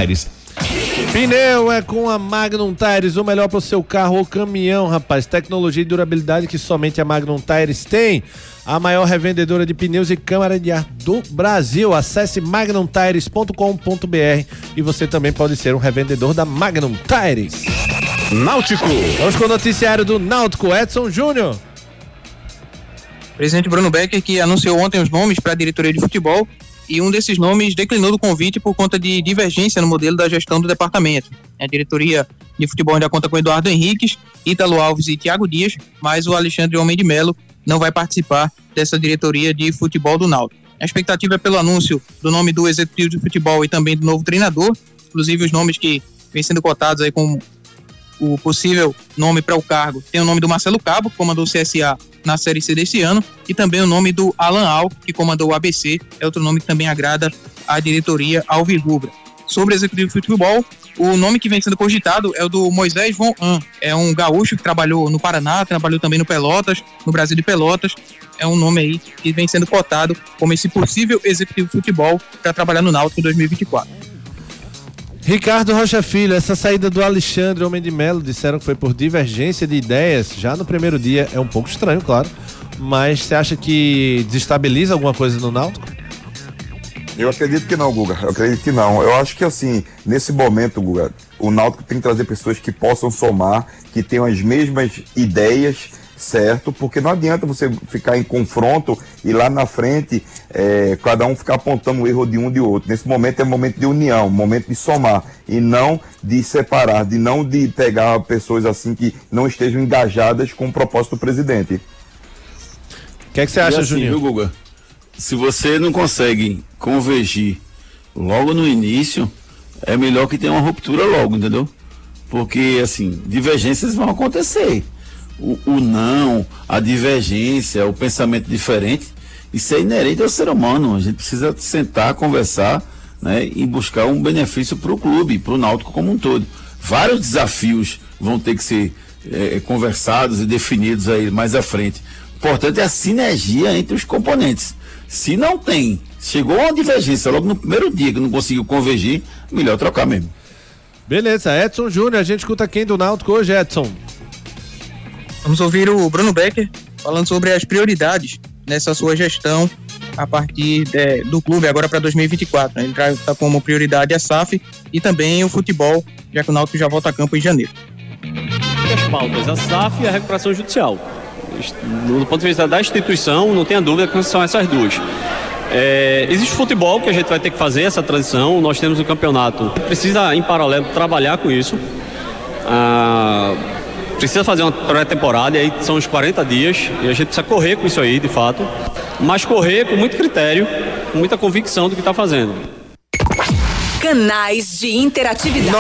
Pneu é com a Magnum Tires, o melhor para o seu carro ou caminhão, rapaz. Tecnologia e durabilidade que somente a Magnum Tires tem. A maior revendedora de pneus e câmara de ar do Brasil. Acesse magnumtires.com.br e você também pode ser um revendedor da Magnum Tires. Náutico. Vamos com o noticiário do Náutico, Edson Júnior. O presidente Bruno Becker, que anunciou ontem os nomes para a diretoria de futebol, e um desses nomes declinou do convite por conta de divergência no modelo da gestão do departamento. A diretoria de futebol ainda conta com Eduardo Henriques, Ítalo Alves e Thiago Dias, mas o Alexandre Homem de Melo não vai participar dessa diretoria de futebol do Náutico. A expectativa é pelo anúncio do nome do executivo de futebol e também do novo treinador, inclusive os nomes que vêm sendo cotados aí como o possível nome para o cargo. Tem o nome do Marcelo Cabo, que comandou o CSA na Série C desse ano, e também o nome do Alan Al, que comandou o ABC, é outro nome que também agrada a diretoria alvirrubra. Sobre o executivo de futebol, o nome que vem sendo cogitado é o do Moisés Von An, é um gaúcho que trabalhou no Paraná, trabalhou também no Pelotas, no Brasil de Pelotas, é um nome aí que vem sendo cotado como esse possível executivo de futebol para trabalhar no Náutico em 2024. Ricardo Rocha Filho, essa saída do Alexandre Homem de Melo, disseram que foi por divergência de ideias, já no primeiro dia, é um pouco estranho, claro, mas você acha que desestabiliza alguma coisa no Náutico? Eu acredito que não, Guga, eu acredito que não. Eu acho que assim, nesse momento, Guga, o Náutico tem que trazer pessoas que possam somar, que tenham as mesmas ideias, certo? Porque não adianta você ficar em confronto e lá na frente cada um ficar apontando o erro de um de outro. Nesse momento é momento de união, momento de somar e não de separar, de não de pegar pessoas assim que não estejam engajadas com o propósito do presidente. O que é que você acha, assim, Juninho? Viu, Guga? Se você não consegue convergir logo no início, é melhor que tenha uma ruptura logo, entendeu? Porque, assim, divergências vão acontecer. O não, a divergência, o pensamento diferente, isso é inerente ao ser humano. A gente precisa sentar, conversar, né, e buscar um benefício para o clube, para o Náutico como um todo. Vários desafios vão ter que ser conversados e definidos aí mais à frente. O importante é a sinergia entre os componentes. Se não tem, chegou uma divergência logo no primeiro dia que não conseguiu convergir, melhor trocar mesmo. Beleza, Edson Júnior, a gente escuta quem do Náutico hoje, Edson? Vamos ouvir o Bruno Becker falando sobre as prioridades nessa sua gestão a partir do clube agora para 2024. Ele está como prioridade a SAF e também o futebol, já que o Náutico já volta a campo em janeiro. As pautas, a SAF e a recuperação judicial. Do ponto de vista da instituição, não tenha dúvida que são essas duas. Existe futebol que a gente vai ter que fazer essa transição, nós temos um campeonato, precisa em paralelo trabalhar com isso, precisa fazer uma pré-temporada, e aí são os 40 dias, e a gente precisa correr com isso aí, de fato, mas correr com muito critério, com muita convicção do que está fazendo. Canais de interatividade.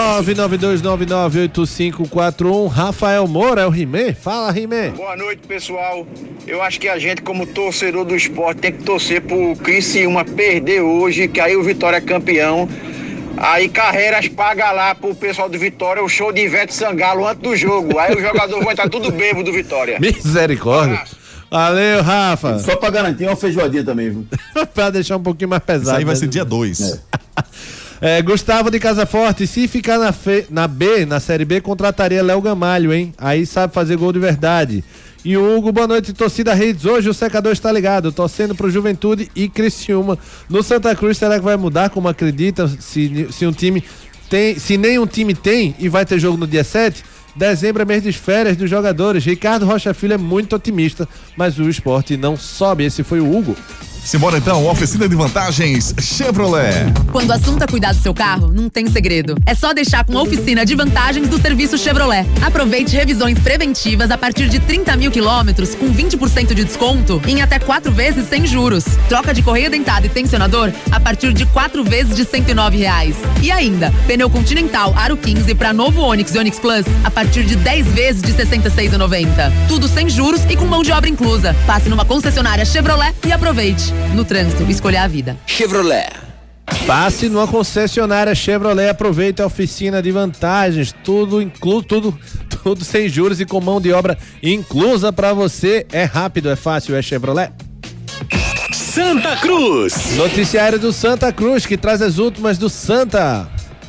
992998541. Rafael Moura é o Rimé. Fala, Rimé. Boa noite, pessoal. Eu acho que a gente, como torcedor do esporte, tem que torcer pro Criciúma perder hoje, que aí o Vitória é campeão. Aí Carreiras paga lá pro pessoal do Vitória o show de Ivete Sangalo antes do jogo. Aí o jogador vai estar tudo bêbado do Vitória. Misericórdia. Valeu, Rafa. Só pra garantir uma feijoadinha também, viu? Pra deixar um pouquinho mais pesado. Isso aí vai ser dia 2. Gustavo de Casa Forte, se ficar na Série B, contrataria Léo Gamalho, hein? Aí sabe fazer gol de verdade. E o Hugo, boa noite, torcida Redes. Hoje o secador está ligado, torcendo pro Juventude e Criciúma. No Santa Cruz, será que vai mudar, como acredita? Se um time tem, se nenhum time tem e vai ter jogo no dia 7? Dezembro é mês de férias dos jogadores. Ricardo Rocha Filho é muito otimista, mas o esporte não sobe. Esse foi o Hugo. Simbora então, oficina de vantagens Chevrolet. Quando o assunto é cuidar do seu carro, não tem segredo. É só deixar com a oficina de vantagens do serviço Chevrolet. Aproveite revisões preventivas a partir de 30 mil quilômetros com 20% de desconto em até 4 vezes sem juros. Troca de correia dentada e tensionador a partir de 4 vezes de R$109. E ainda, pneu Continental Aro 15 para novo Onix e Onix Plus a partir de 10 vezes de R$66,90. Tudo sem juros e com mão de obra inclusa. Passe numa concessionária Chevrolet e aproveite. No trânsito, escolha a vida. Chevrolet. Passe numa concessionária Chevrolet, aproveite a oficina de vantagens, tudo sem juros e com mão de obra inclusa pra você. É rápido, é fácil, é Chevrolet. Santa Cruz. Noticiário do Santa Cruz, que traz as últimas do Santa.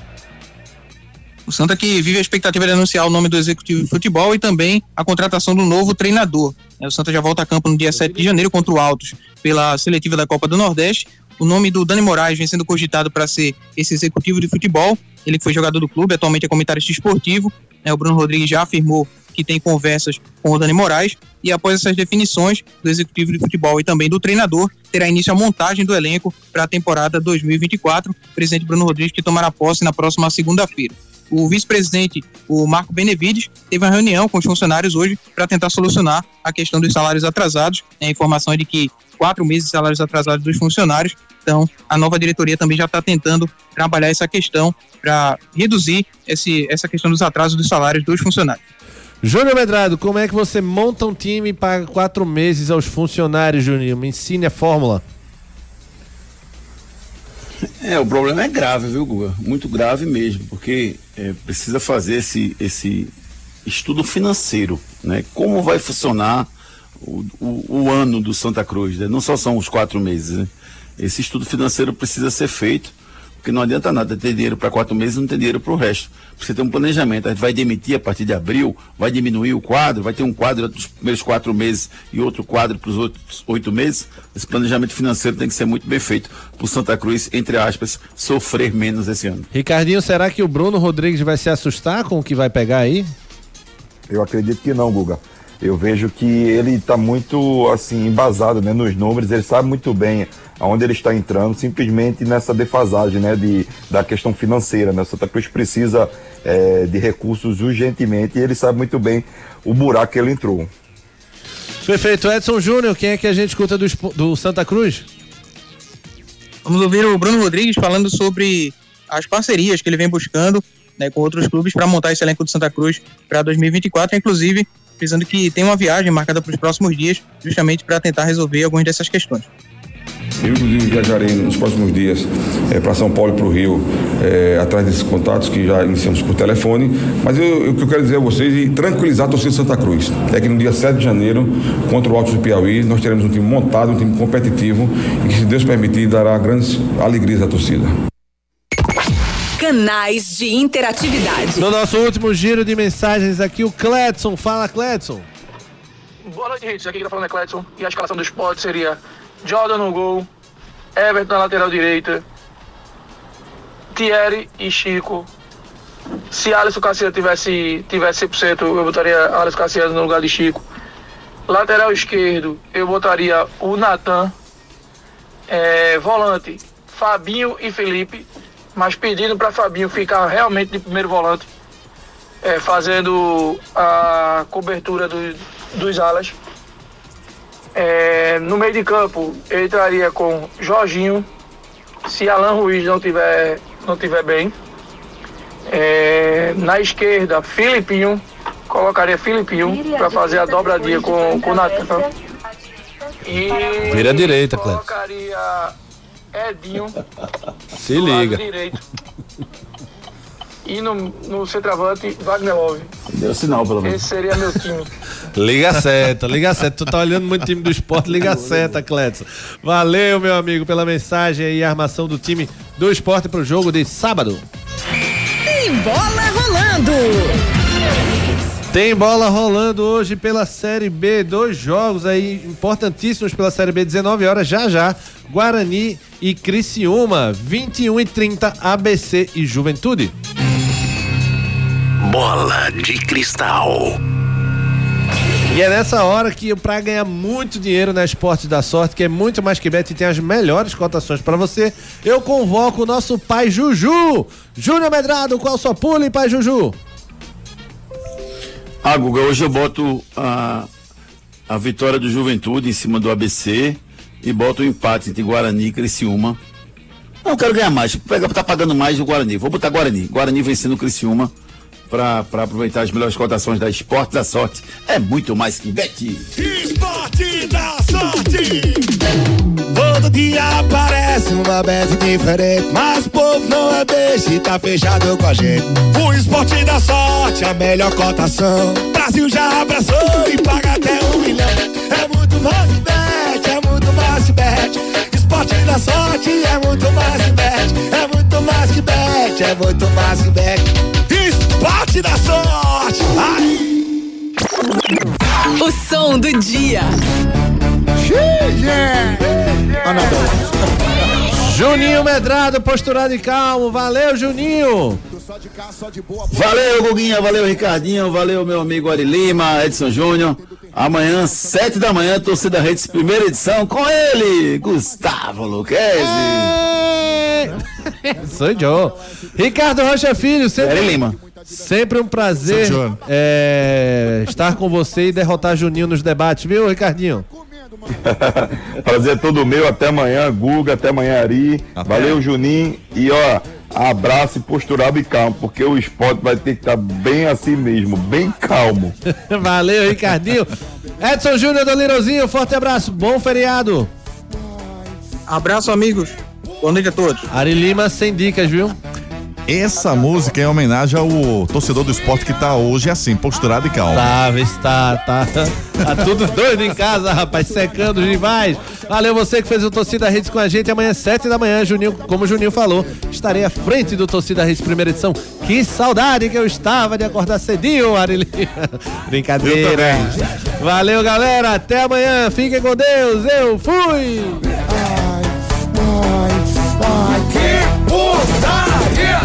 O Santa que vive a expectativa de anunciar o nome do executivo de futebol e também a contratação do novo treinador. O Santa já volta a campo no dia 7 de janeiro contra o Altos pela seletiva da Copa do Nordeste. O nome do Dani Moraes vem sendo cogitado para ser esse executivo de futebol. Ele que foi jogador do clube, atualmente é comentarista esportivo. O Bruno Rodrigues já afirmou que tem conversas com o Dani Moraes e após essas definições do executivo de futebol e também do treinador, terá início a montagem do elenco para a temporada 2024. O presidente Bruno Rodrigues que tomará posse na próxima segunda-feira. O vice-presidente, o Marco Benevides, teve uma reunião com os funcionários hoje para tentar solucionar a questão dos salários atrasados. A informação é de que 4 meses de salários atrasados dos funcionários. Então, a nova diretoria também já está tentando trabalhar essa questão para reduzir essa questão dos atrasos dos salários dos funcionários. Júnior Medrado, como é que você monta um time e paga 4 meses aos funcionários, Júnior? Me ensine a fórmula. O problema é grave, viu, Guga? Muito grave mesmo, porque precisa fazer esse estudo financeiro, né? Como vai funcionar o ano do Santa Cruz, né? Não só são os 4 meses, né? Esse estudo financeiro precisa ser feito, porque não adianta nada ter dinheiro para 4 meses e não ter dinheiro para o resto. Precisa ter um planejamento. A gente vai demitir a partir de abril, vai diminuir o quadro, vai ter um quadro dos primeiros 4 meses e outro quadro para os outros 8 meses. Esse planejamento financeiro tem que ser muito bem feito para o Santa Cruz, entre aspas, sofrer menos esse ano. Ricardinho, será que o Bruno Rodrigues vai se assustar com o que vai pegar aí? Eu acredito que não, Guga. Eu vejo que ele está muito assim embasado, né, nos números, ele sabe muito bem aonde ele está entrando, simplesmente nessa defasagem, né, da questão financeira, né? O Santa Cruz precisa de recursos urgentemente e ele sabe muito bem o buraco que ele entrou. Perfeito. Edson Júnior, quem é que a gente escuta do Santa Cruz? Vamos ouvir o Bruno Rodrigues falando sobre as parcerias que ele vem buscando, né, com outros clubes para montar esse elenco do Santa Cruz para 2024, inclusive precisando que tenha uma viagem marcada para os próximos dias, justamente para tentar resolver algumas dessas questões. Eu, inclusive, viajarei nos próximos dias para São Paulo e para o Rio, atrás desses contatos que já iniciamos por telefone. Mas o que eu quero dizer a vocês e tranquilizar a torcida de Santa Cruz é que no dia 7 de janeiro, contra o Altos do Piauí, nós teremos um time montado, um time competitivo e que, se Deus permitir, dará grandes alegrias à torcida. Canais de interatividade. No nosso último giro de mensagens aqui, o Cledson. Fala, Cledson. Boa noite, Ritz. Aqui que tá falando é Cledson. E a escalação do Sport seria Jordan no gol, Everton na lateral direita, Thierry e Chico. Se Alisson Cassiano tivesse 100%, eu botaria Alisson Cassiano no lugar de Chico. Lateral esquerdo, eu botaria o Natan. Volante, Fabinho e Felipe, mas pedindo para Fabinho ficar realmente de primeiro volante, fazendo a cobertura dos alas. No meio de campo, eu entraria com Jorginho, se Alan Ruiz não tiver bem. Na esquerda, Filipinho, colocaria Filipinho para fazer a dobradinha com o Natan. E vira a direita, Cleber. Colocaria Edinho. Se liga. Direito. E no centroavante, Wagner Love. Deu sinal, pelo menos. Esse seria meu time. Liga a seta. Tu tá olhando muito o time do Sport, liga a seta, Cledson. Valeu, meu amigo, pela mensagem e a armação do time do Sport pro jogo de sábado. Tem bola rolando! Tem bola rolando hoje pela Série B, 2 jogos aí importantíssimos pela Série B, 19 horas, já, Guarani e Criciúma, 21h30, ABC e Juventude. Bola de cristal. E é nessa hora que pra ganhar muito dinheiro na Esporte da Sorte, que é muito mais que bet e tem as melhores cotações pra você, eu convoco o nosso pai Juju. Júnior Medrado, qual sua pula, pai Juju? Guga, hoje eu boto a vitória do Juventude em cima do ABC e boto o empate entre Guarani e Criciúma. Não, eu quero ganhar mais, tá pagando mais do Guarani. Vou botar Guarani vencendo o Criciúma para aproveitar as melhores cotações da Esporte da Sorte. É muito mais que bet. Esporte da Sorte. Todo dia aparece uma bet diferente, mas o povo não é beijo e tá fechado com a gente. O Esporte da Sorte, a melhor cotação. Brasil já abraçou e paga até 1 milhão. É muito mais que bet, é muito mais que bet. Esporte da Sorte é muito mais que bet. É muito mais que bet, é muito mais que bet. Esporte da Sorte. Ai. O som do dia. Juninho Medrado, posturado e calmo. Valeu, Juninho. Valeu, Guguinha, valeu, Ricardinho, valeu, meu amigo Ari Lima, Edson Júnior. Amanhã, 7 da manhã, Torcida Redes, primeira edição, com ele, Gustavo Luquezzi. Sou eu. Ricardo Rocha Filho, sempre um prazer estar com você e derrotar Juninho nos debates, viu, Ricardinho? Prazer é todo meu, até amanhã, Guga, até amanhã, Ari. Valeu, Juninho. E ó, abraço posturado e calmo, porque o esporte vai ter que estar bem assim mesmo, bem calmo. Valeu, Ricardinho. Edson Júnior do Lirozinho, forte abraço, bom feriado. Abraço, amigos. Boa noite a todos. Ari Lima, sem dicas, viu? Essa música é em homenagem ao torcedor do esporte que tá hoje assim, posturado e calmo. Tá tudo doido em casa, rapaz, secando os rivais. Valeu você que fez o Torcida Redes com a gente. Amanhã, 7 da manhã, Juninho, como o Juninho falou, estarei à frente do Torcida Redes primeira edição. Que saudade que eu estava de acordar cedinho, Ari. Brincadeira. Valeu, galera, até amanhã, fiquem com Deus, eu fui! Que putaria!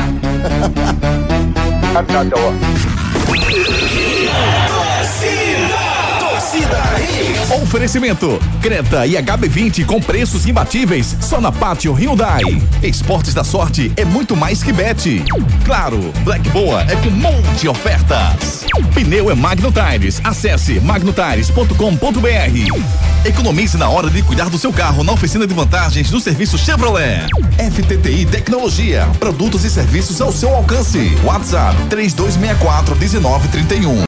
Torcida Hits. Oferecimento Creta e HB20 com preços imbatíveis só na Pátio Hyundai. Esportes da Sorte é muito mais que bet. Claro, Black Boa é com um monte de ofertas. Pneu é Magno Tires. Acesse magnotires.com.br. Economize na hora de cuidar do seu carro na oficina de vantagens do serviço Chevrolet. FTTI Tecnologia, produtos e serviços ao seu alcance. WhatsApp 3264-1931.